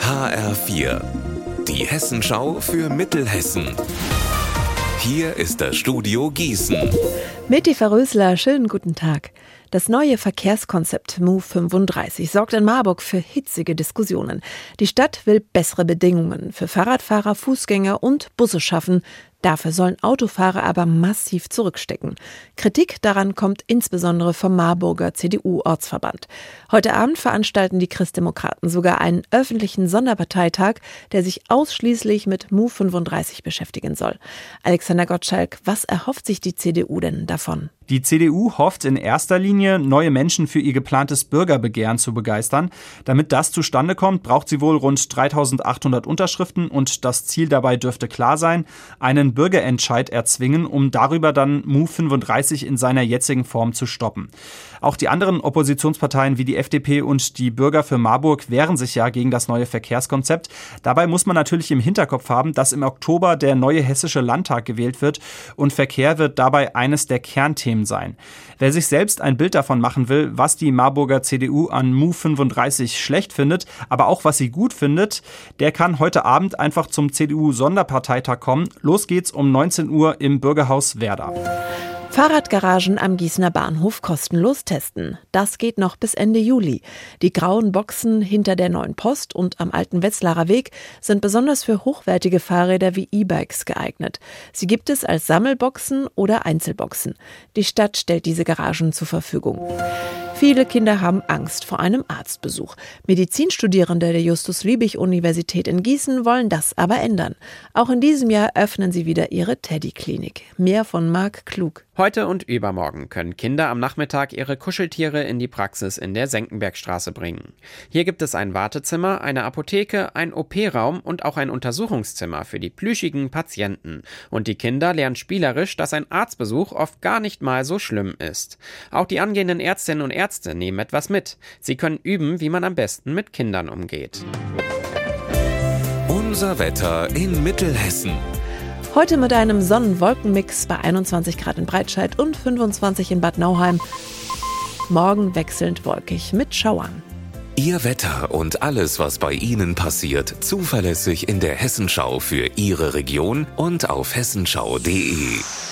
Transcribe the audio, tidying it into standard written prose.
HR4, die Hessenschau für Mittelhessen. Hier ist das Studio Gießen. Meti Verrösler, schönen guten Tag. Das neue Verkehrskonzept Move 35 sorgt in Marburg für hitzige Diskussionen. Die Stadt will bessere Bedingungen für Fahrradfahrer, Fußgänger und Busse schaffen. Dafür sollen Autofahrer aber massiv zurückstecken. Kritik daran kommt insbesondere vom Marburger CDU-Ortsverband. Heute Abend veranstalten die Christdemokraten sogar einen öffentlichen Sonderparteitag, der sich ausschließlich mit Move 35 beschäftigen soll. Alexander Gottschalk, was erhofft sich die CDU denn davon? Die CDU hofft in erster Linie, neue Menschen für ihr geplantes Bürgerbegehren zu begeistern. Damit das zustande kommt, braucht sie wohl rund 3.800 Unterschriften und das Ziel dabei dürfte klar sein, einen Bürgerentscheid erzwingen, um darüber dann Move 35 in seiner jetzigen Form zu stoppen. Auch die anderen Oppositionsparteien wie die FDP und die Bürger für Marburg wehren sich ja gegen das neue Verkehrskonzept. Dabei muss man natürlich im Hinterkopf haben, dass im Oktober der neue Hessische Landtag gewählt wird und Verkehr wird dabei eines der Kernthemen sein. Wer sich selbst ein Bild davon machen will, was die Marburger CDU an Move 35 schlecht findet, aber auch was sie gut findet, der kann heute Abend einfach zum CDU-Sonderparteitag kommen. Los geht's um 19 Uhr im Bürgerhaus Werder. Fahrradgaragen am Gießener Bahnhof kostenlos testen. Das geht noch bis Ende Juli. Die grauen Boxen hinter der Neuen Post und am alten Wetzlarer Weg sind besonders für hochwertige Fahrräder wie E-Bikes geeignet. Sie gibt es als Sammelboxen oder Einzelboxen. Die Stadt stellt diese Garagen zur Verfügung. Viele Kinder haben Angst vor einem Arztbesuch. Medizinstudierende der Justus-Liebig-Universität in Gießen wollen das aber ändern. Auch in diesem Jahr öffnen sie wieder ihre Teddy-Klinik. Mehr von Marc Klug. Heute und übermorgen können Kinder am Nachmittag ihre Kuscheltiere in die Praxis in der Senckenbergstraße bringen. Hier gibt es ein Wartezimmer, eine Apotheke, ein OP-Raum und auch ein Untersuchungszimmer für die plüschigen Patienten. Und die Kinder lernen spielerisch, dass ein Arztbesuch oft gar nicht mal so schlimm ist. Auch die angehenden Ärztinnen und Ärzte nehmen etwas mit. Sie können üben, wie man am besten mit Kindern umgeht. Unser Wetter in Mittelhessen. Heute mit einem Sonnen-Wolken-Mix bei 21 Grad in Breitscheid und 25 in Bad Nauheim. Morgen wechselnd wolkig mit Schauern. Ihr Wetter und alles, was bei Ihnen passiert, zuverlässig in der Hessenschau für Ihre Region und auf hessenschau.de.